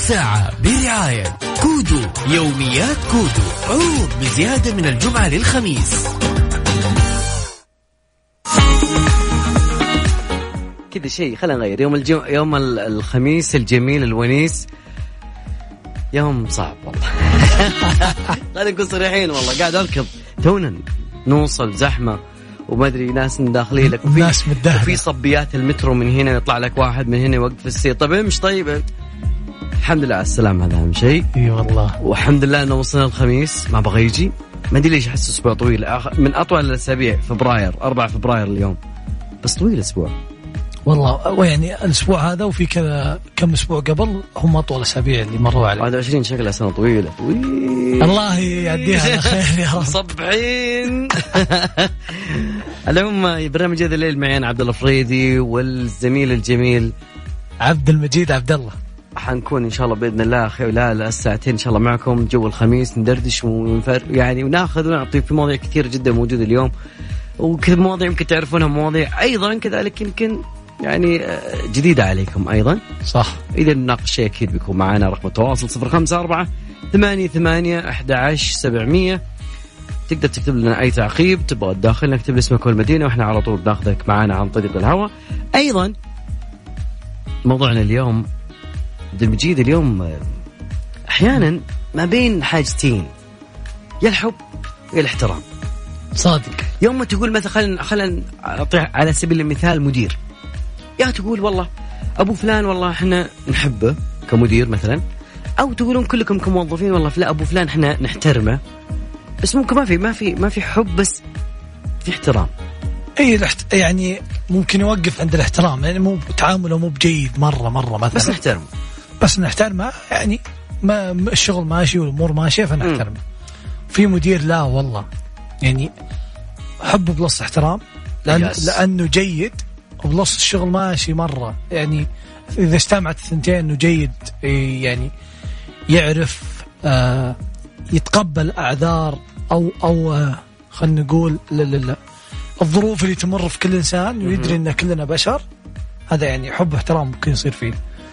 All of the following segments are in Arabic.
الساعة برعاية كودو. يوميات كودو، عروض بزيادة من الجمعة للخميس. كذا شيء خلينا نغير. يوم الخميس الجميل الونيس يوم صعب والله. خلينا نكون صريحين والله. قاعد أركض تونا نوصل زحمة وما أدري ناس داخلين لك وفي صبيات المترو من هنا يطلع لك واحد من هنا يوقف السير. طيب مش طيب. الحمد لله على السلامة، هذا أهم شيء. اي والله. والحمد لله إنه وصلنا الخميس. ما بغى يجي، ما أدري ليش أحس أسبوع طويل، من أطول الأسابيع. فبراير 4 فبراير اليوم، بس طويل أسبوع والله. ويعني الأسبوع هذا وفي كذا كم أسبوع قبل هم أطول أسابيع اللي مروا عليه. 21 شكلها سنة طويلة. الله يعديها على خير يا رب. صبحين. اليوم برنامج هذا الليل معي أنا عبد الله فريدي والزميل الجميل عبد المجيد عبد الله. حنكون إن شاء الله بإذن الله خلال الساعتين إن شاء الله معكم جو الخميس، ندردش ونفر يعني وناخذ ونعطي في مواضيع كثير جدا موجودة اليوم، وكذا مواضيع يمكن تعرفونها، مواضيع أيضا كذلك يمكن يعني جديدة عليكم أيضا. صح. إذا نناقش شيء أكيد بيكون معنا. رقم التواصل 0548811700. تقدر تكتب لنا أي تعقيب تبغى الداخل، نكتب اسمك والمدينة وإحنا على طول ناخذك معنا عن طريق الهواء. أيضا موضوعنا اليوم مجيد اليوم أحيانا ما بين حاجتين، يا الحب يا الاحترام. صادق. يوم ما تقول مثلا خلينا أعطي على سبيل المثال مدير، يا تقول والله أبو فلان والله إحنا نحبه كمدير مثلا، أو تقولون كلكم كموظفين والله لا أبو فلان إحنا نحترمه، بس ممكن ما في حب بس في احترام. اي يعني ممكن يوقف عند الاحترام، يعني مو تعامله مو بجيد مرة مثلا، بس نحترمه يعني ما الشغل ماشي والامور ماشيه فنحترمه. في مدير لا والله يعني حبه بلص احترام لانه جيد، وبلص الشغل ماشي مرة. يعني اذا اجتمعت الثنتين انه جيد يعني يعرف يتقبل اعذار او خلينا نقول الظروف اللي تمر في كل إنسان، ويدري أن كلنا بشر. هذا يعني حب احترام ممكن يصير فيه.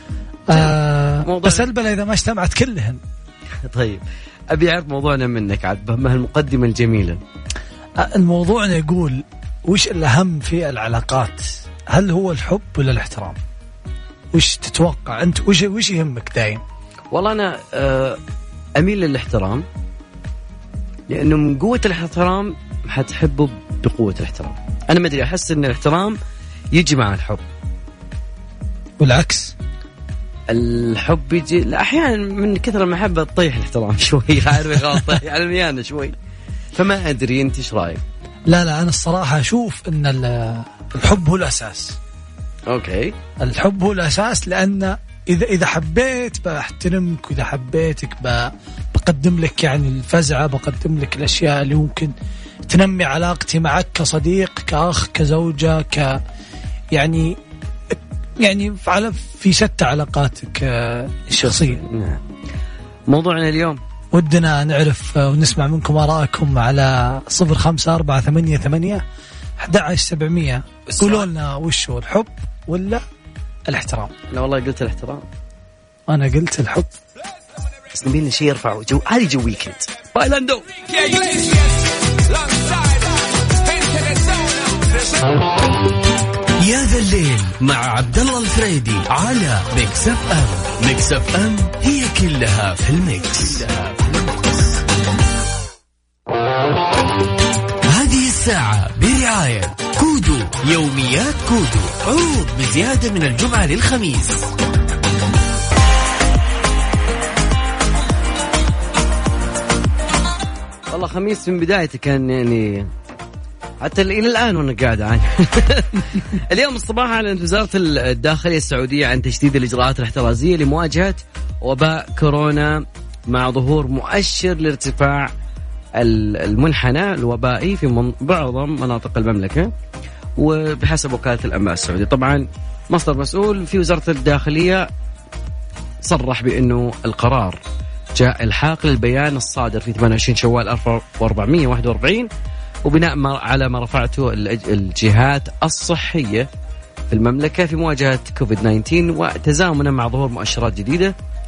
بس البلا إذا ما اجتمعت كلهن. طيب أبي أعرف موضوعنا منك عاد بهالمقدمة الجميلة. الموضوع يقول وش الأهم في العلاقات، هل هو الحب ولا الاحترام؟ وش تتوقع أنت؟ وش يهمك دايم؟ والله أنا أميل للاحترام، لأنه من قوة الاحترام حتحبه بقوة الاحترام. أنا ما أدري، أحس أن الاحترام يجي مع الحب، والعكس. الحب يجي أحيانا من كثر المحبة تطيح الاحترام شوي. عارف غلط يعني ميانا شوي. فما أدري أنت إيش رأيك؟ لا أنا الصراحة أشوف أن الحب هو الأساس. أوكي. الحب هو الأساس، لأن إذا حبيت بحترمك، وإذا حبيتك بقدم لك يعني الفزعة، بقدم لك الأشياء اللي ممكن تنمي علاقتي معك كصديق، كأخ، كزوجة، يعني في شتى علاقاتك الشخصية. نعم. موضوعنا اليوم ودنا نعرف ونسمع منكم آراءكم على 0548811700. قولوا لنا وش هو الحب ولا الاحترام؟ أنا والله قلت الاحترام. أنا قلت الحب، بس نبينا شيء يرفع جو. هذه جو ويكند بايلاندو. يا ذا الليل مع عبد الله الفريدي على ميكس اف ام. ميكس اف ام هي كلها في الميكس. هذه الساعة برعاية كودو. يوميات كودو، عروض بزيادة من الجمعة للخميس. والله خميس من بدايته كان يعني حتى إلى الآن وأنا قاعد عنه. اليوم الصباح أعلنت وزارة الداخلية السعودية عن تشديد الإجراءات الاحترازية لمواجهة وباء كورونا، مع ظهور مؤشر لارتفاع المنحنى الوبائي في بعض مناطق المملكة، وبحسب وكالة الأنباء السعودية. طبعا مصدر مسؤول في وزارة الداخلية صرح بأنه القرار جاء الحاق للبيان الصادر في 28 شوال 1441، وبناء على ما رفعته الجهات الصحية في المملكة في مواجهة كوفيد-19، وتزامنا مع ظهور مؤشرات جديدة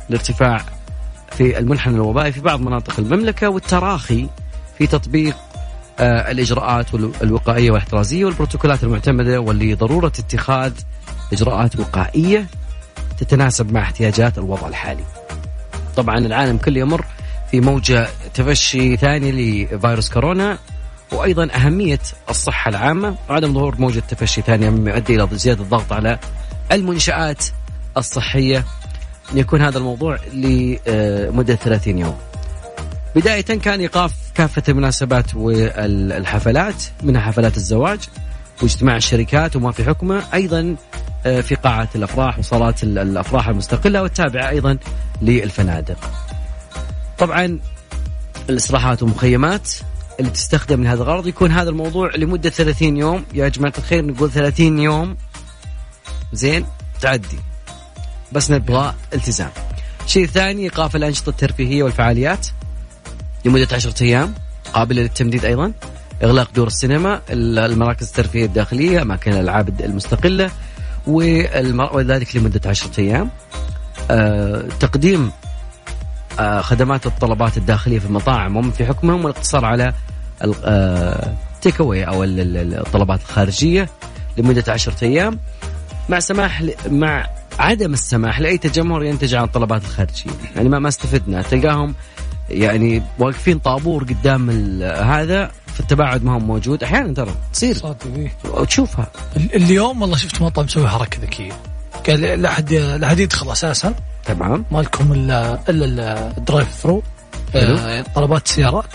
الارتفاع في المنحنى الوبائي في بعض مناطق المملكة والتراخي في تطبيق الإجراءات الوقائية والاحترازية والبروتوكولات المعتمدة، واللي ضرورة اتخاذ إجراءات وقائية تتناسب مع احتياجات الوضع الحالي. طبعا العالم كله يمر في موجة تفشي ثانية لفيروس كورونا، وأيضا أهمية الصحة العامة وعدم ظهور موجة تفشي ثانية مما يؤدي إلى زيادة الضغط على المنشآت الصحية. يكون هذا الموضوع لمدة 30 يوم. بداية كان إيقاف كافة المناسبات والحفلات، منها حفلات الزواج واجتماع الشركات وما في حكمه، أيضا في قاعات الأفراح وصالات الأفراح المستقلة والتابعة أيضا للفنادق. طبعا الاستراحات والمخيمات اللي تستخدم لهذا الغرض يكون هذا الموضوع لمدة 30 يوم. يا جماعة الخير نقول 30 يوم زين تعدي، بس نبغى التزام. شيء ثاني إيقاف الأنشطة الترفيهية والفعاليات لمدة 10 أيام قابلة للتمديد. أيضا إغلاق دور السينما، المراكز الترفيهية الداخلية، أماكن الألعاب المستقلة وذلك لمدة 10 أيام. تقديم خدمات الطلبات الداخلية في المطاعم ومن في حكمهم، والاقتصار على التيك أواي أو الطلبات الخارجية لمدة 10 أيام، مع عدم السماح لأي تجمهر ينتج عن الطلبات الخارجية. يعني ما استفدنا، تلقاهم يعني واقفين طابور قدام هذا في التباعد ما هو موجود. أحيانا ترى تصير وتشوفها. اليوم والله شفت مطعم مسوي حركة ذكية، قال لا حد يدخل أساسا، تمام، مالكم إلا الدرايف ثرو طلبات سيارات.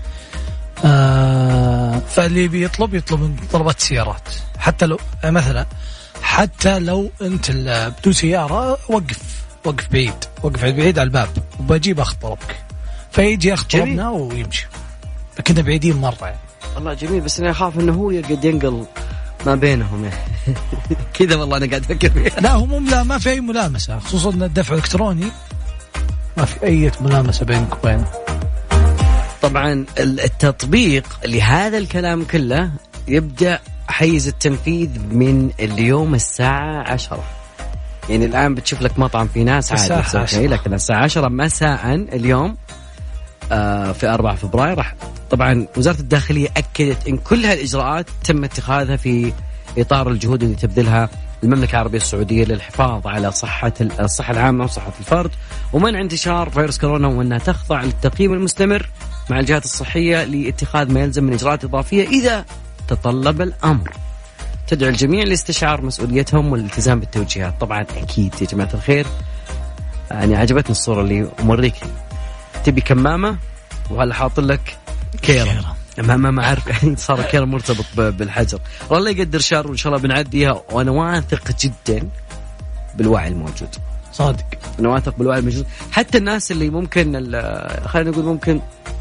فاللي بيطلب من طلبات سيارات، حتى لو مثلا حتى لو أنت بدون سيارة وقف بعيد على الباب وبجيب أخذ طلبك، فيجي ياخذ طلبنا ويمشي. كنا بعيدين مرة يعني. والله جميل، بس أنا أخاف إنه هو قد ينقل ما بينهم يعني. كذا والله أنا قاعد أفكر فيها. لا هم لا، ما في أي ملامسة، خصوصا إن الدفع الإلكتروني ما في أي ملامسة بينك وبينه. طبعا التطبيق لهذا الكلام كله يبدأ حيز التنفيذ من اليوم الساعة 10. يعني الآن بتشوف لك مطعم في ناس عادي تسوي شيء، لكن الساعة 10 مساء اليوم في 4 فبراير راح. طبعا وزارة الداخلية أكدت إن كل هالإجراءات تم اتخاذها في إطار الجهود اللي تبذلها المملكة العربية السعودية للحفاظ على الصحة العامة وصحة الفرد ومنع انتشار فيروس كورونا، وأنها تخضع للتقييم المستمر مع الجهات الصحية لاتخاذ ما يلزم من إجراءات إضافية إذا تطلب الأمر. تدعو الجميع لاستشعار مسؤوليتهم والالتزام بالتوجيهات. طبعا أكيد يا جماعة الخير، يعني عجبتني الصورة اللي أمريك، تبي كمامة وهلا حاط لك كيرة. ما أعرف يعني صار كيرة مرتبط بالحجر. والله يقدر شر وإن شاء الله بنعديها، وأنا واثق جدا بالوعي الموجود. صادق، أنا واثق بالوعي الموجود. حتى الناس اللي ممكن خلينا نقول ممكن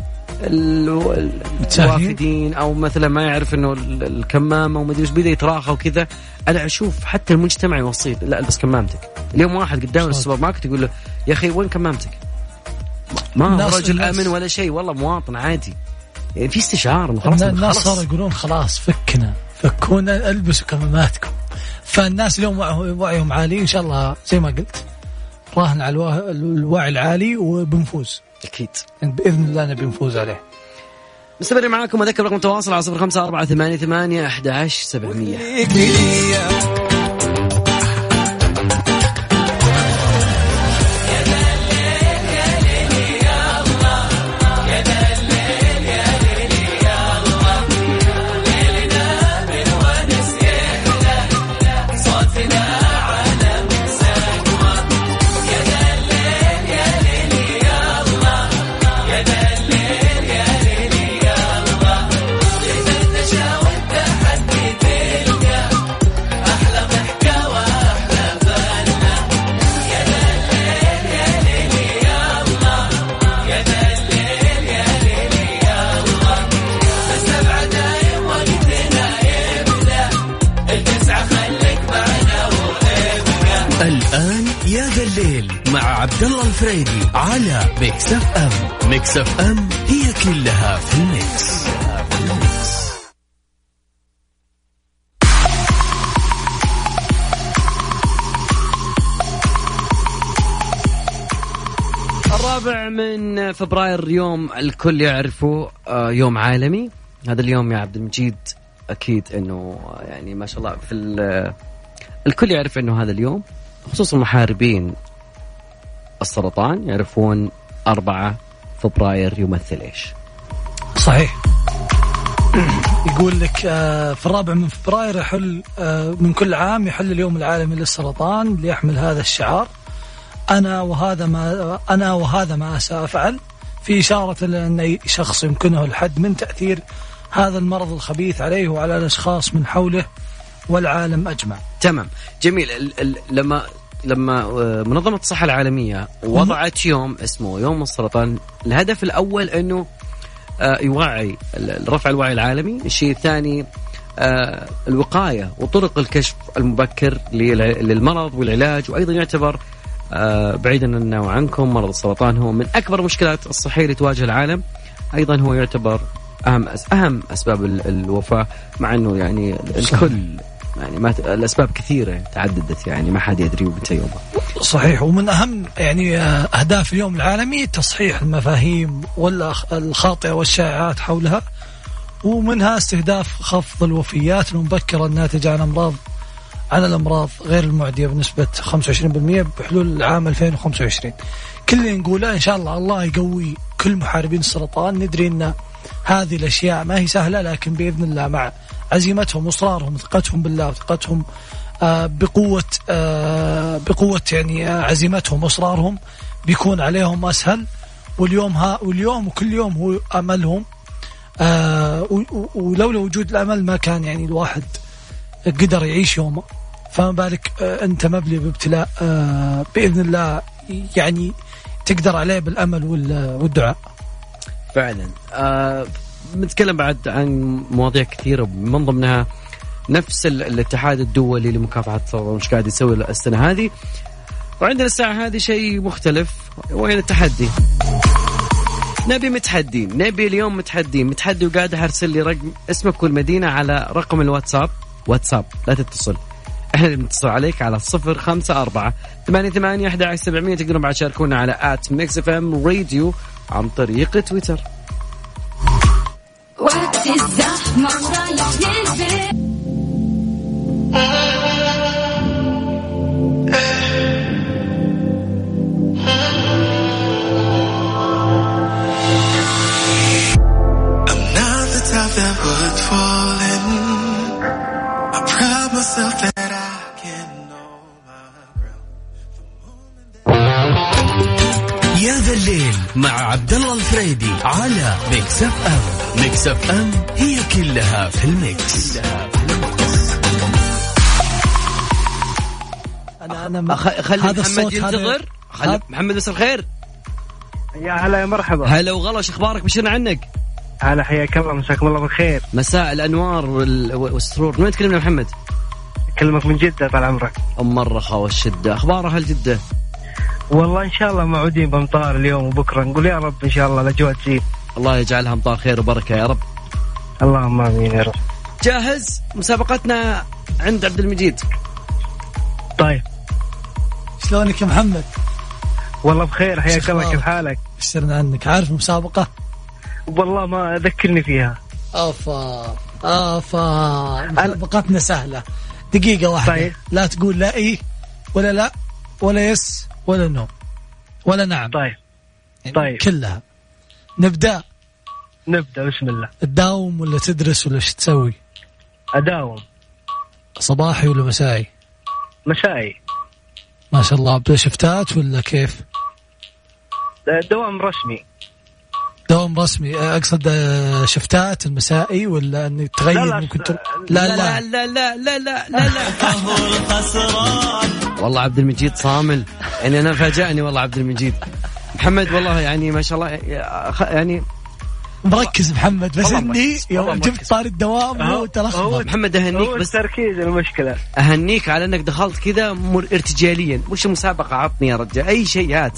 الوافدين او مثلا ما يعرف انه الكمامه وما ادري ايش بدا يتراخى وكذا، انا اشوف حتى المجتمع يوصيه لا البس كمامتك. اليوم واحد قدام السوبر ماركت يقول له يا اخي وين كمامتك؟ ما هو رجل امن ولا شيء، والله مواطن عادي. يعني في استشعار خلاص. الناس صاروا يقولون خلاص فكونا البسوا كماماتكم. فالناس اليوم وعيهم عالي ان شاء الله زي ما قلت، راهن على الوعي العالي وبنفوز أكيد بإذن الله نبي نفوز عليه. مستمر معكم، أذكر رقم التواصل على 0548811700. الآن يا ذا الليل مع عبد الله الفريدي على ميكس اف ام. ميكس اف ام هي كلها في الميكس. الرابع من فبراير يوم الكل يعرفه يوم عالمي. هذا اليوم يا عبد المجيد أكيد أنه يعني ما شاء الله في الكل يعرف أنه هذا اليوم، خصوصا محاربين السرطان يعرفون 4 فبراير يمثل إيش. صحيح. يقول لك في 4 من فبراير يحل من كل عام يحل اليوم العالمي للسرطان، ليحمل هذا الشعار أنا وهذا ما سأفعل، في إشارة لأن أي شخص يمكنه الحد من تأثير هذا المرض الخبيث عليه وعلى الأشخاص من حوله والعالم أجمع. تمام، جميل. لما منظمة الصحة العالمية وضعت يوم اسمه يوم السرطان، الهدف الأول أنه يوعي، رفع الوعي العالمي. الشيء الثاني الوقاية وطرق الكشف المبكر للمرض والعلاج، وأيضا يعتبر بعيدا عنا وعنكم مرض السرطان هو من أكبر المشكلات الصحية اللي تواجه العالم، أيضا هو يعتبر أهم أسباب الوفاة، مع أنه يعني الكل يعني ما الأسباب كثيرة تعددت، يعني ما حد يدري ومتى يومها. صحيح. ومن أهم يعني أهداف اليوم العالمي تصحيح المفاهيم والخاطئة والشائعات حولها، ومنها استهداف خفض الوفيات المبكرة الناتجة عن الأمراض غير المعدية بنسبة 25% بحلول العام 2025. كل اللي نقوله إن شاء الله يقوي كل محاربين السرطان. ندري أن هذه الأشياء ما هي سهلة، لكن بإذن الله مع عزيمتهم وإصرارهم وثقتهم بالله وثقتهم بقوة يعني عزيمتهم وإصرارهم بيكون عليهم أسهل. واليوم وكل يوم هو أملهم، ولولا وجود الأمل ما كان يعني الواحد قدر يعيش يومه، فما بالك أنت مبلي بابتلاء بإذن الله يعني تقدر عليه بالأمل والدعاء. فعلا. نتكلم بعد عن مواضيع كثيرة، من ضمنها نفس الاتحاد الدولي لمكافحة السرطان مش قاعد يسوي السنة هذه، وعندنا الساعة هذه شيء مختلف. وين التحدي؟ نبي متحدين، نبي اليوم متحدي وقاعد أرسل لي رقم اسمك والمدينة على رقم الواتساب. لا تتصل، احنا اللي بنتصل عليك على 054-88-11-700. تقدرون بعد تشاركونا على @mixfmradio عن طريق تويتر. وقت الزحمة ورايح للبيت يا ذا الليل مع عبد الله الفريدي على ميكس اف ام. ميكس اف ام هي كلها في الميكس. أنا خلي محمد ينتظر. محمد مساء الخير. يا هلا يا مرحبا. هلا وغلا، شو اخبارك؟ بشرنا عنك. هلا حياك الله، مساكم الله بالخير. مساء الانوار والسرور. من تكلمنا محمد؟ اكلمك من جدة طال عمرك. ام الرخاء والشده. اخبار اهل جده؟ والله ان شاء الله معودين بامطار اليوم وبكره، نقول يا رب ان شاء الله الاجواء تزيد. الله يجعلها امطار خير وبركه يا رب. اللهم امين يا رب. جاهز؟ مسابقتنا عند عبد المجيد. طيب شلونك يا محمد؟ والله بخير حياك الله، كيف حالك؟ بشرنا عنك. عارف المسابقة؟ والله ما ذكرني فيها. مسابقتنا سهلة. دقيقة واحدة. طيب. لا تقول لا إيه ولا لا ولا يس ولا نو ولا نعم. طيب يعني طيب كلها. نبدأ بسم الله. تداوم ولا تدرس ولا شو تسوي؟ أداوم. صباحي ولا مسائي؟ مسائي. ما شاء الله. بدأ شفتات ولا كيف؟ دوام رسمي. دوام رسمي. أقصد شفتات المسائي ولا أن تغير؟ لا ممكن لا لا لا لا لا لا لا والله عبد المجيد صامل، يعني أنا فاجأني والله عبد المجيد. محمد والله يعني ما شاء الله يعني مركز محمد، بس إني يوم جبت طار الدوام هو تلخبط. محمد أهنيك، هو بس التركيز المشكلة. أهنيك على أنك دخلت كذا ارتجاليا. وش مسابقة؟ عطني يا رجال أي شيء هات.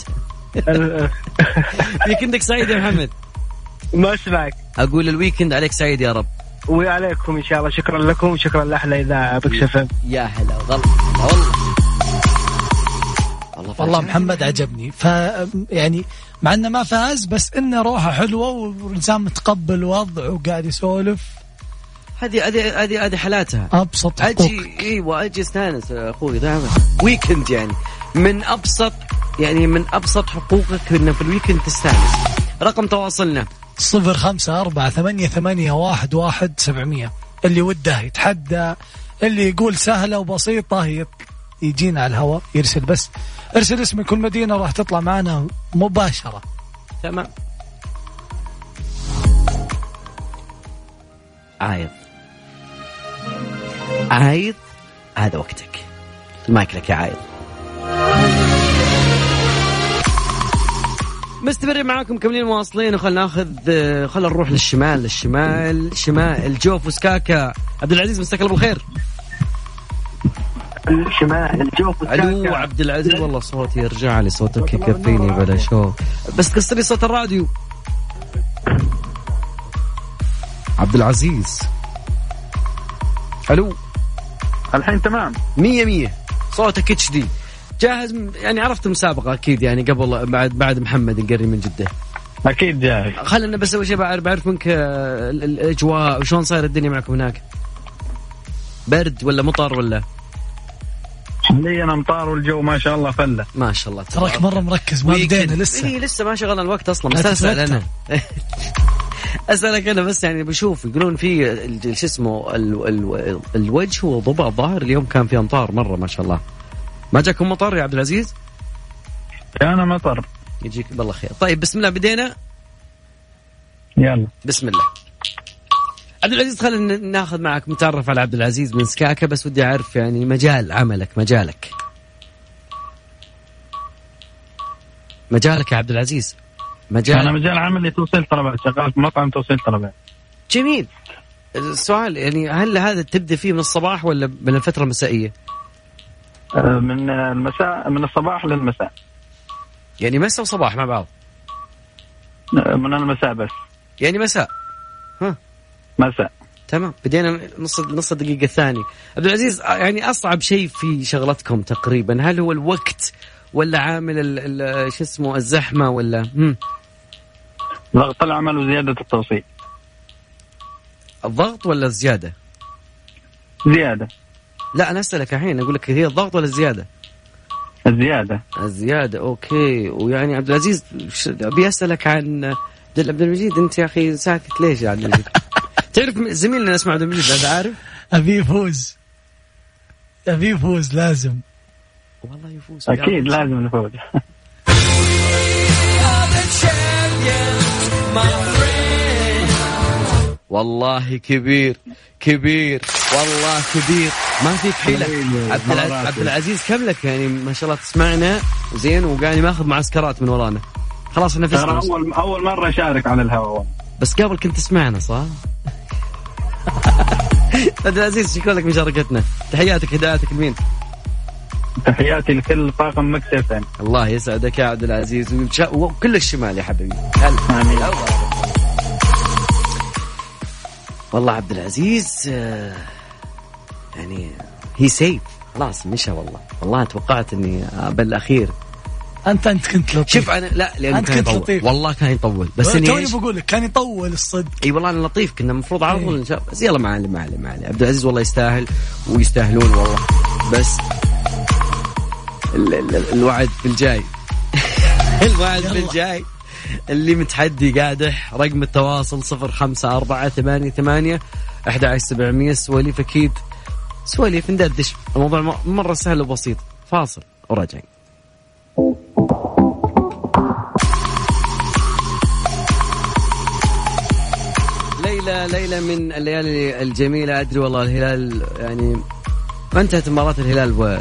ويكندك سعيد يا محمد. ما اسمعك. أقول الويكند عليك سعيد يا رب. وعليكم إن شاء الله. شكرا لكم وشكرا لأحلى إذاعة بكسفم. يا هلا والله والله والله محمد عجبني، يعني مع انه ما فاز بس انه روحه حلوه والانسان متقبل وضعه وقاعد يسولف. هذه حالاتها. ابسط اجي استانس اخوي دائما ويكند، يعني من ابسط حقوقك انه في الويكند تستانس. رقم تواصلنا 0548811700. اللي وده يتحدى، اللي يقول سهله وبسيطه يجينا على الهواء يرسل، بس ارسل اسمك كل مدينه راح تطلع معنا مباشره. تمام. عايض هذا وقتك، المايك لك يا عايض. مستمر معاكم كملين مواصلين، وخلنا نروح للشمال الجوف وسكاكا. عبد العزيز مساك الله بالخير. الشمال الجوف وسكاكا. الو عبد العزيز، والله صوتي يرجع لي، صوتك يكفيني بلا شو، بس تكسر لي صوت الراديو. عبد العزيز الو الحين تمام 100 صوتك اتش دي. جاهز؟ يعني عرفت المسابقة أكيد، يعني قبل بعد محمد القري من جدة أكيد جاهز. خلنا بس أول شيء بعرف منك الأجواء وشون صاير الدنيا معكم هناك، برد ولا مطر ولا؟ حاليا أمطار والجو ما شاء الله فلة. ما شاء الله تراك مرة مركز، ما بدينا لسه ما شغلنا الوقت أصلا. بس أسأل أنا أسألك أنا بس، يعني بشوف يقولون في شو اسمه الوجه وضبع الظاهر اليوم كان في أمطار مرة ما شاء الله. ما جاكم مطر يا عبد العزيز؟ أنا مطر. يجيك بالله خير. طيب بسم الله بدينا. يلا بسم الله. عبد العزيز خلينا ناخذ معك متعرف على عبد العزيز من سكاكا، بس ودي أعرف يعني مجال عملك، مجالك يا عبد العزيز. أنا مجال عملي توصيل طلبات، شغال في مطعم توصيل طلبات. جميل. السؤال يعني هل هذا تبدأ فيه من الصباح ولا من الفترة المسائية؟ من المساء، من الصباح للمساء. يعني مساء وصباح مع بعض؟ من المساء بس. يعني مساء. مساء. تمام. بدينا نص الدقيقة الثانية. عبد العزيز، يعني أصعب شيء في شغلتكم تقريبا هل هو الوقت ولا عامل شو اسمه الزحمة ولا ضغط العمل وزيادة التوصيل؟ الضغط ولا الزيادة؟ زيادة. لا أنا أسألك الحين أقول لك هي الضغط ولا الزيادة؟ الزيادة. أوكي. ويعني عبد العزيز أبي أسألك عن عبد المجيد. أنت يا أخي ساكت ليش يا عبد المجيد؟ تعرف زميلنا اسمه عبد المجيد، أنت عارف؟ أبي يفوز لازم. والله يفوز أكيد لازم نفوز. والله كبير والله كبير، ما فيك حيلة. عبد العزيز كم لك يعني ما شاء الله تسمعنا زين وقاعد ماخذ معسكرات من ورانا. خلاص نفسنا. أول مرة أشارك على الهواء، بس قبل كنت تسمعنا صح؟ عبد العزيز شكرا لك مشاركتنا. تحياتك هداياتك لمين؟ تحياتي لكل طاقم مكسفين. الله يسعدك يا عبد العزيز وكل الشمال يا حبيبي. والله عبد العزيز يعني هي سيف خلاص مشى. والله توقعت اني بالاخير. انت كنت لطيف. شوف انا لا لانه كان يطول. والله كان يطول بس اني توني بقول لك كان يطول الصدق. اي والله انا لطيف، كنا المفروض على طول بس يلا معلم عبد العزيز والله يستاهل ويستاهلون والله. بس الوعد بالجاي الوعد بالجاي اللي متحدي قادح. رقم التواصل 0548811700. سواليف أكيد، سواليف ندردش. الموضوع مرة سهل وبسيط. فاصل وراجعين. ليلة من الليالي الجميلة. أدري والله الهلال يعني ما انتهت مباراة الهلال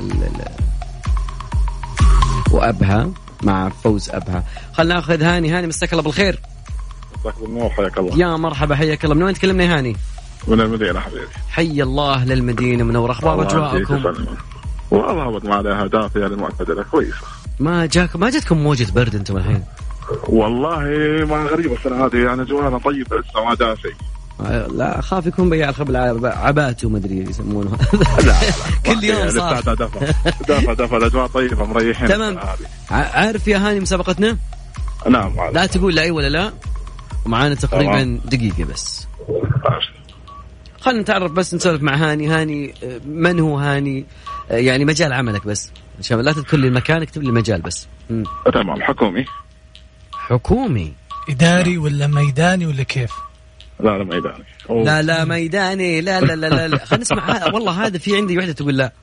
وأبها مع فوز أبها. خلنا ناخذ هاني مساك الله بالخير. مساك بالنور، حياك الله. يا مرحبا، حياك الله. من وين تكلمنا يا هاني؟ من المدينة حبيبي. حي الله أهل المدينة، منور. أخبار أجواءكم؟ والله ما عليها دافية يعني معتدلة كويسة. ما جاتكم موجة برد أنتم الحين؟ والله ما غريبة السنة هذه يعني جوانا طيبة لسه ما دافي. لا أخاف يكون بياع الخبل عباته ما أدري يسمونه. لا كل يوم صار دفع الأجواء طيبة مريحين. تمام. عارف يا هاني مسابقتنا؟ نعم. لا تقول لا أي ولا لا، ومعانا تقريبا دقيقة بس. خلنا نتعرف بس، نسولف مع هاني. من هو هاني؟ يعني مجال عملك بس عشان لا تذكر لي المكان، اكتب لي المجال بس. تمام. حكومي إداري ولا ميداني ولا كيف؟ لا ميداني. لا ميداني. لا خلينا نسمع. والله هذا في عندي وحدة تقول لا.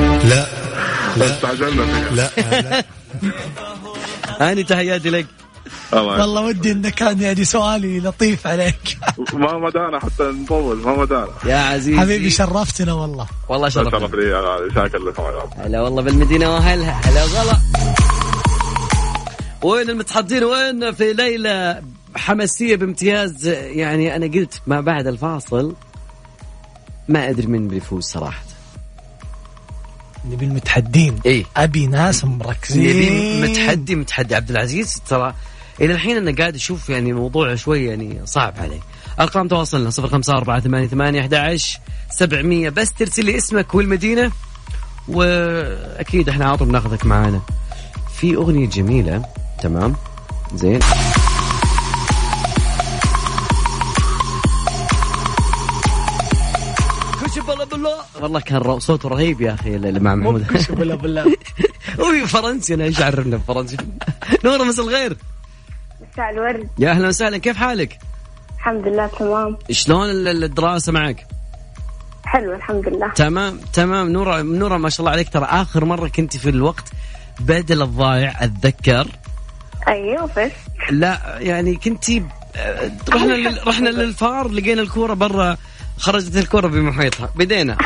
لا. هاني تحياتي لك. والله ودي إن كان يعني سؤالي لطيف عليك. ما مدانا حتى نطول، ما مدانا يا عزيزي. حبيبي شرفتنا والله شرف لي. شاكر لكم. هلا والله بالمدينة وأهلها. هلا والله. وين المتحضرين؟ وين في ليلة حماسية بامتياز؟ يعني أنا قلت ما بعد الفاصل ما أدري من بيفوز صراحة. نبي المتحدين. إيه؟ أبي ناس مركزين. نبي متحدي. عبد العزيز ترى إلى الحين أنا قاعد أشوف يعني موضوع شوي يعني صعب علي. أرقام تواصلنا 0548811700. بس ترسل لي اسمك والمدينة، وأكيد إحنا عاطم ناخذك معانا في أغنية جميلة. تمام زين. والله كان صوته رهيب يا أخي اللي مع محمود. بالله هو فرنسي، أنا إيش عرفنا فرنسي. نورة مساء الخير. مساء الورد. يا أهلا وسهلا، كيف حالك؟ الحمد لله تمام. شلون الدراسة معك؟ حلو الحمد لله. تمام. نورة ما شاء الله عليك. ترى آخر مرة كنت في الوقت بدل الضايع أتذكر. أيوه بس لا يعني كنتي رحنا للفار، لقينا الكورة برا، خرجت الكرة بمحيطها. بدينا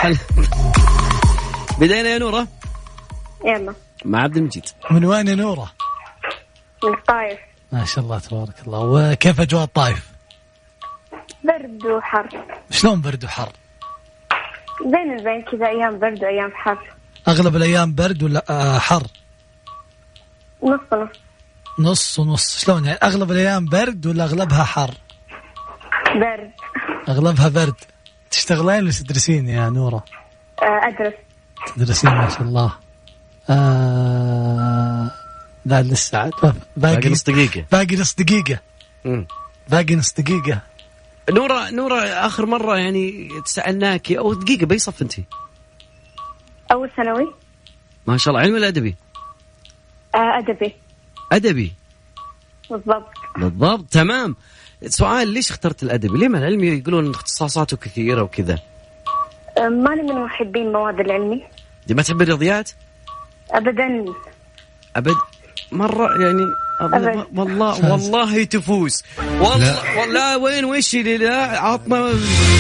يا نورة. يلا مع عبد المجيد. من وين يا نورة؟ من الطائف. ما شاء الله تبارك الله. وكيف أجواء الطائف؟ برد وحر. شلون برد وحر؟ بين كذا، أيام برد وأيام حر. أغلب الأيام برد ولا حر؟ نص. شلون يعني أغلب الأيام برد ولا أغلبها حر؟ برد. أغلبها برد. تشتغلين ولا تدرسين يا نورة؟ أدرس. تدرسين ما شاء الله. لا لسه باقي نص دقيقة. نورة آخر مرة يعني تسألناك أو دقيقة بيصف أنتي؟ أول ثانوي. ما شاء الله. علم ولا أدبي؟ أدبي. بالضبط. تمام. سؤال، ليش اخترت الأدبي؟ ليه ما العلمي يقولون اختصاصاته كثيرة وكذا؟ ماني من محبين المواد العلمي. دي ما تحب الرياضيات؟ أبد مرة يعني. والله تفوز. والله وين وش اللي لا عطنا.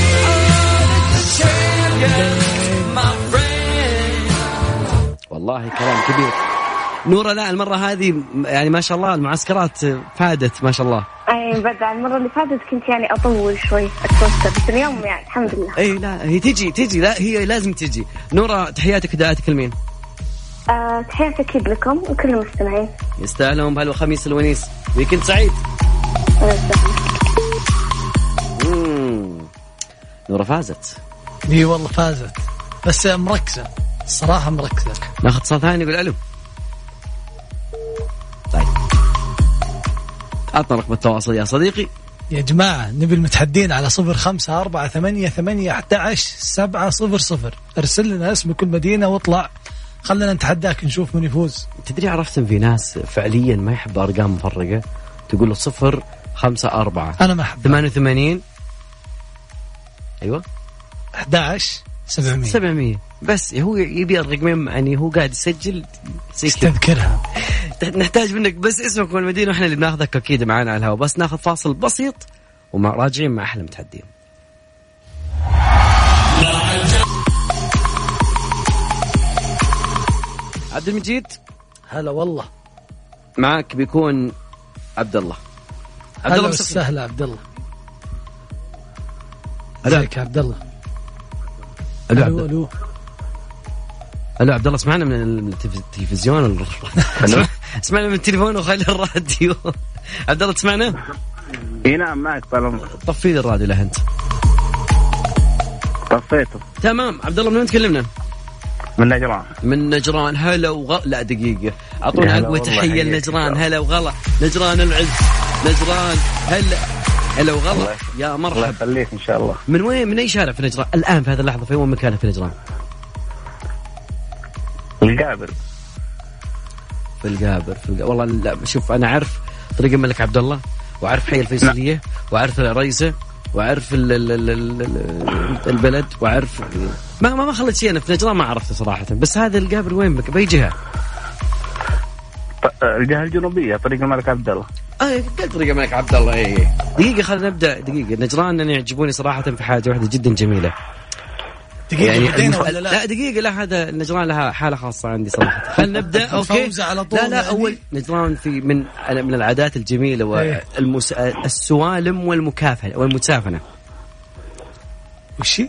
والله كلام كبير. نورة لا المرة هذه يعني ما شاء الله المعسكرات فادت ما شاء الله. أي بدأ المرة اللي فاتت كنت يعني أطول شوي أتوسط، بس اليوم يعني الحمد لله. أي لا هي تجي لا هي لازم تجي. نورة تحياتك ودعاتك لمين؟ تحياتي أكيد لكم وكل المستمعين. يستاهلون بهالخميس الونيس. ويكند سعيد. نورة فازت. اي والله فازت، بس مركزة الصراحة مركزة. ناخذ اتصال ثاني نقول ألو. طيب عطنا رقم التواصل يا صديقي. يا جماعة نبي المتحدين على 0548811700. ارسل لنا اسم كل مدينة واطلع خلنا نتحداك نشوف من يفوز. تدري عرفت في ناس فعليا ما يحب أرقام مفرقة، تقول له 054 أنا ما أحب 88 أيوة 11700 بس هو يبي الرقمين يعني هو قاعد يسجل استذكرها. نحتاج منك بس اسمك والمدينة وإحنا اللي بناخذك أكيد معنا على الهواء. بس ناخذ فاصل بسيط وراجعين مع أحلى متحدين. عبد المجيد هلا والله معك بيكون عبد الله. عبد الله سهل. عبد الله ازيك عبد الله؟ الو عبد الله اسمعنا من التلفزيون. اسمعنا من التليفون وخلي الراديو. عبد الله تسمعنا؟ اي نعم معك طالما. طفي لي الراديو له انت. طفيته. تمام. عبد الله من وين تكلمنا؟ من نجران. من نجران. هلا لا دقيقة، أعطونا حق وتحية لنجران. هلا وغلا نجران العز. نجران هلا وغلا يا مرحبا. الله يخليك إن شاء الله. من وين، من أي شارع في نجران الآن في هذه اللحظة؟ في وين مكانه في نجران؟ القابر. في القابر. والله لا، شوف أنا أعرف طريق الملك عبد الله، وأعرف حي الفيصلية، وأعرف العريسة، وأعرف البلد، وأعرف ما خلت شيء. أنا في نجران ما عرفته صراحة. بس هذا القابر وين بك؟ بأي جهة؟ الجهة الجنوبية، طريق الملك عبد الله. قلت طريق الملك عبد الله. ايه دقيقة خلينا نبدأ. دقيقة نجران أنا يعجبوني صراحة في حاجة واحدة جدا جميلة. دقيقة يعني ولا لا دقيقة، لا هذا نجران لها حالة خاصة عندي صراحة. خلينا نبدأ. أوكي. لا أول نجران في من العادات الجميلة والسوالم والمتسافنة. وشي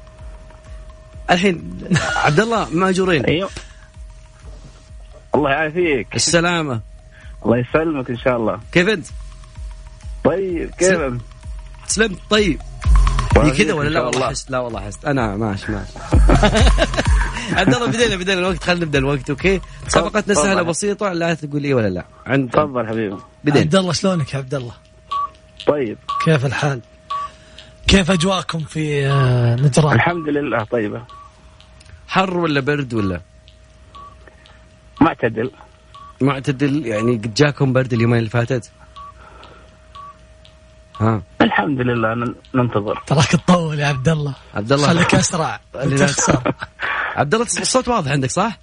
الحين عبد الله ماجورين. أيوه الله يعافيك. السلامة. الله يسلمك إن شاء الله. كيف أنت؟ طيب كيف أنت؟ سلمت. طيب هي كذا ولا لا؟ والله حست. لا والله حست أنا ماشي عبد الله بدينا الوقت. خلينا نبدأ الوقت. أوكي سبقتنا سهلة بسيطة، لا تقول إيه ولا لا. تفضل حبيبي. عبد الله شلونك يا عبد الله؟ طيب كيف الحال؟ كيف أجواكم في نجران؟ الحمد لله طيبة. حر ولا برد ولا معتدل؟ يعني قد جاكم برد اليومين اللي فاتت؟ ها الحمد لله ننتظر. تراك تطول يا عبد الله. خليك أسرع. عبد الله الصوت واضح عندك صح؟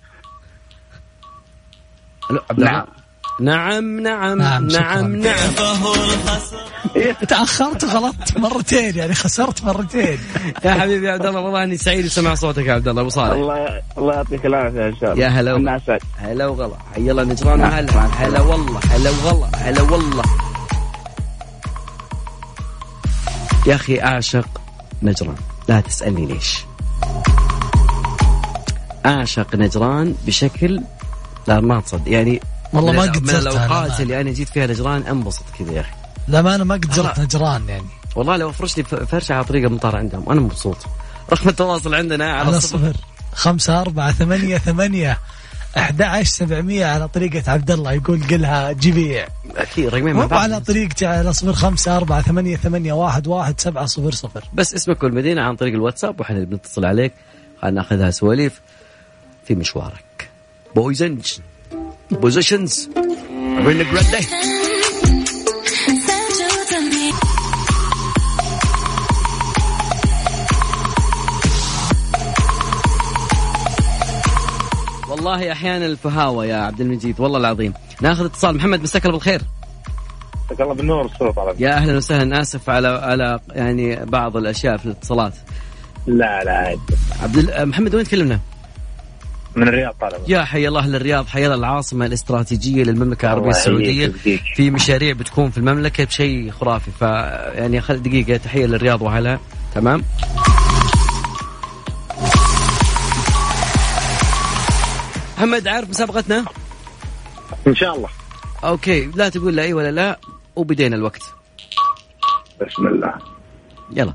نعم. تأخرت وغلطت مرتين، يعني خسرت مرتين. يا حبيبي يا عبد الله والله اني سعيد سمع صوتك يا عبد الله. ابو صالح الله يعطيك العافيه ان شاء الله. يا هلا وغلا. حي الله نجران. هلا والله. يا اخي اعشق نجران، لا تسالني ليش. اعشق نجران بشكل لا ما تصدق يعني. والله ما قد زرت الأوقات اللي أنا جيت فيها نجران أنبسط كذا يا أخي. لا ما أنا ما قد زرت نجران يعني. والله لو فرش لي فرشة على طريق المطار عندهم أنا مبسوط. رقم التواصل عندنا على 0548811700 على طريقة عبد الله. يقول قلها جبيع. أكيد رقمين مع بعض. على طريقتي على 0548811700. بس اسمك والمدينة عن طريق الواتساب وحنا بنتصل عليك. خلنا ناخذها سواليف في مشوارك. Positions are in a great day. والله أحيانا الفهاوة يا عبد المجيد والله العظيم. ناخذ اتصال. محمد مساك الله بالخير. مساك الله بالنور والسرور طبعا. يا أهلا وسهلا. آسف على يعني بعض الأشياء في الاتصالات. لا عادي. محمد وين تكلمنا؟ من الرياض طالب. يا حي الله للرياض. حي الله العاصمة الاستراتيجية للمملكة العربية السعودية. في مشاريع بتكون في المملكة بشيء خرافي. فيعني خل دقيقة تحية للرياض وهلا. تمام. محمد عارف مسابقتنا إن شاء الله. أوكي لا تقول لا أي ولا لا وبدينا الوقت. بسم الله. يلا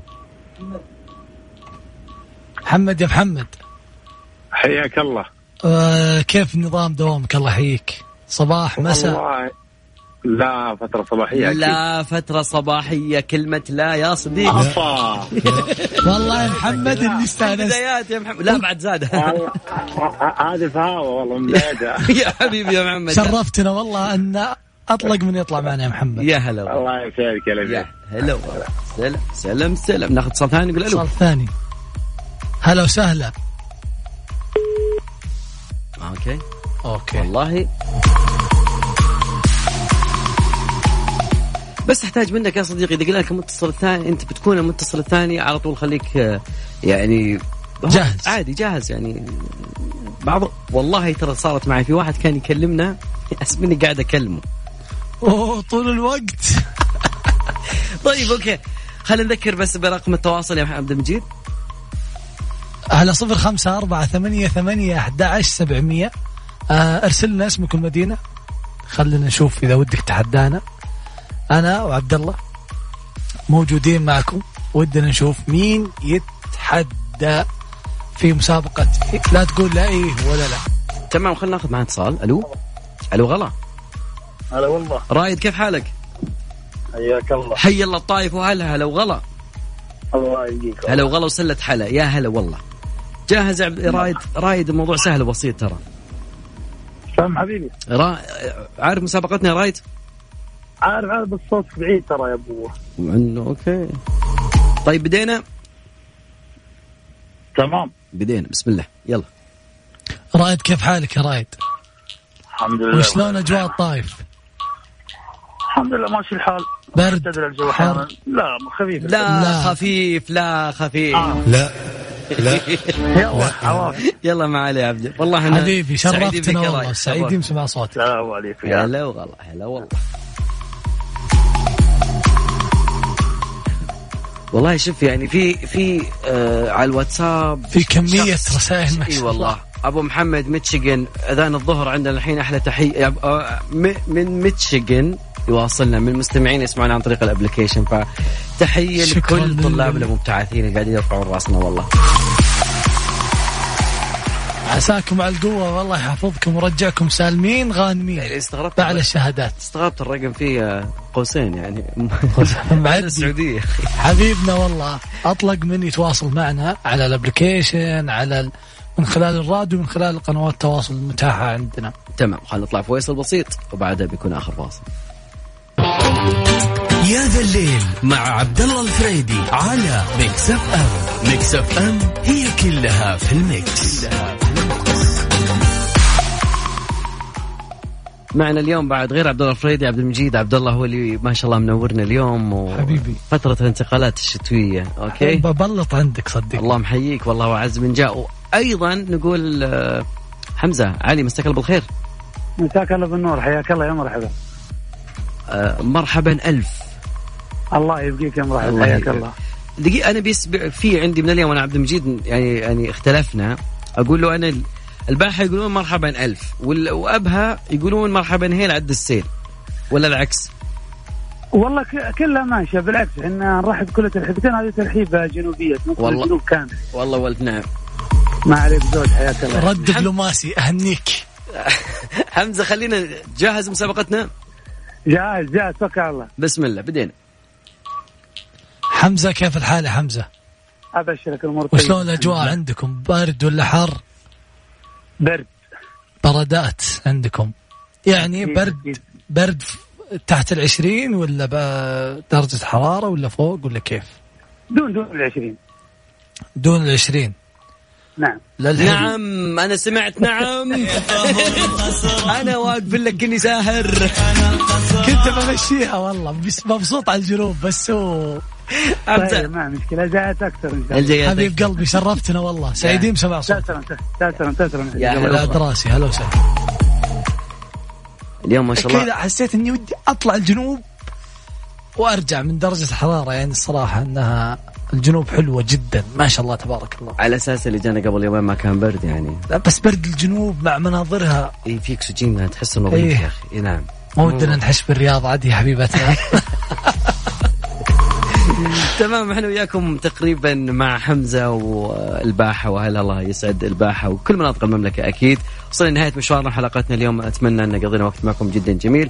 محمد. يا محمد حياك الله. كيف نظام دوامك؟ الله يحييك. صباح مساء؟ لا فترة صباحية. لا فترة صباحية. كلمة لا يا صديقي. والله يا محمد اللي استانست. بدايات يا محمد. لا بعد زاد. هذه فهاوة والله مزعجة. يا حبيبي يا محمد شرفتنا والله أن أطلق من يطلع معنا يا محمد. يا هلا. الله يسعدك يا لبي. يا هلا. سلام. ناخذ صوت ثاني. نقول ألو. صوت ثاني. هلا وسهلا. اوكي والله بس احتاج منك يا صديقي اذا قلنا لك المتصل الثاني انت بتكون المتصل الثاني على طول. خليك يعني جاهز. عادي جاهز يعني. بعض والله ترى صارت معي في واحد كان يكلمنا اسمني قاعد اكلمه طول الوقت. طيب اوكي خلينا نذكر بس برقم التواصل يا عبد المجيد. على 0548811700. ارسل لنا اسمك والمدينة. خلينا نشوف إذا ودك تحدانا. أنا وعبد الله موجودين معكم. ودنا نشوف مين يتحدى نبدأ في مسابقة لا تقول لا إيه ولا لا. تمام، خلنا ناخذ معنا اتصال. ألو غلا. هلا والله. رايد كيف حالك؟ حياك الله. حي الله الطايف وهلا. هلا وغلا. الله يجيك. هلا وغلا وسلة حلا. يا هلا والله. جاهز رايد الموضوع سهل وبسيط ترى. سلام حبيبي. عارف مسابقتنا يا رايد؟ عارف بالصوت بعيد ترى يا ابوه. انه اوكي. طيب بدينا. تمام بدينا، بسم الله يلا. رايد كيف حالك يا رايد؟ الحمد لله. وشلون اجواء الطايف؟ الحمد لله ماشي الحال. برد تدري الجو حار؟ لا خفيف. لا خفيف. لا خفيف. لا يلا ما علي يا عبد. والله احنا حبيبي شرفتنا والله، سعيدين بسمع صوتك. السلام عليكم. هلا وغلا. هلا والله. والله شوف يعني في على الواتساب في كمية رسائل. اي والله. ابو محمد ميتشيغن، اذان الظهر عندنا الحين. احلى تحيه من ميتشيغن يواصلنا، من مستمعين يسمعنا عن طريق الابلكيشن، فتحيه لكل طلابنا المبتعثين اللي قاعدين يرفعون راسنا. والله عساكم على القوة، والله يحفظكم ورجعكم سالمين غانمين. استغربت على الشهادات. استغربت الرقم فيه قوسين يعني. معدي السعودية. حبيبنا والله أطلق من يتواصل معنا على الابليكيشن، على من خلال الراديو، من خلال قنوات التواصل المتاحة عندنا. تمام، خلينا نطلع فويصل بسيط وبعدها بيكون آخر فاصل. يا ذا الليل مع عبد الله الفريدي على ميكس اف ام. ميكس اف ام هي كلها في الميكس. معنا اليوم بعد غير عبد الله الفريدي، عبد المجيد عبد الله هو اللي ما شاء الله منورنا اليوم. حبيبي فترة الانتقالات الشتوية. اوكي ببلط عندك صدق. الله محييك والله وعز من جاء. ايضا نقول حمزة علي مساك الله بالخير. مساك الله بالنور، حياك الله يا مرحبا. مرحبا ألف. الله يبقيك يا مرحبا، حياك الله. دقيقة أنا في عندي من اليوم أنا عبد المجيد يعني اختلفنا. أقول له أنا الباحة يقولون مرحبا ألف، وأبها يقولون مرحبا هيل عد السيل، ولا العكس؟ والله كلها ماشية بالعكس. إحنا نرحب كل ترحيبتين، هذه ترحيبة جنوبية والله الجنوب كامل. والله ولد نعم. ما عليك زود، حياك الله. رد دبلوماسي أهنيك. حمزة خلينا جاهز مسابقتنا. جاهز توكل على الله. بسم الله بدينا. حمزة كيف الحال يا حمزة؟ أبشرك الأمور طيبة. وشلون الأجواء عندكم؟ بارد ولا حر؟ بردات عندكم يعني؟ برد تحت 20 ولا درجة حرارة ولا فوق ولا كيف؟ دون 20. دون 20. نعم نعم أنا سمعت نعم. أنا واقف لك إني ساهر. كنت بمشيها والله، مبسوط على الجنوب بس هو طيب ما مشكلة، جاءت أكثر إن شاء الله. حبيب قلبي شرفتنا والله، سعيدين بسمع صوتك. تسلم يا دراسي. هلا وسهلا. اليوم ما شاء الله كذا حسيت إني ودي أطلع الجنوب وأرجع من درجة الحرارة، يعني الصراحة أنها الجنوب حلوة جدا ما شاء الله تبارك الله. على أساس اللي جانا قبل يومين ما كان برد يعني. لا بس برد الجنوب مع مناظرها. إيه في أكسجين تحس إنه نظيف يا أخي. نعم ما ودنا نحش بالرياض عادي يا حبيبتنا. تمام، احنا وياكم تقريبا مع حمزة والباحة، وهلا الله يسعد الباحة وكل مناطق المملكة. أكيد وصلنا نهاية مشوارنا حلقتنا اليوم. أتمنى أن قضينا وقت معكم جدا جميل.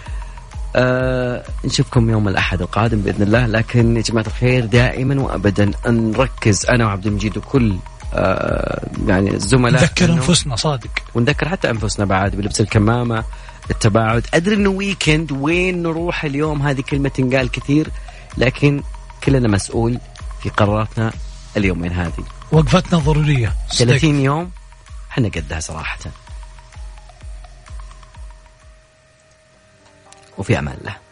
نشوفكم يوم الأحد القادم بإذن الله. لكن يا جماعة الخير دائما وأبدا أن نركز أنا وعبد المجيد وكل يعني الزملاء، نذكر أنفسنا صادق، ونذكر حتى أنفسنا بعد بلبس الكمامة، التباعد. أدري إنه ويكند وين نروح اليوم، هذه كلمة تنقال كثير، لكن كلنا مسؤول في قراراتنا اليومين هذه. وقفتنا ضرورية 30 يوم حنا قدها صراحة. وفي أمان الله.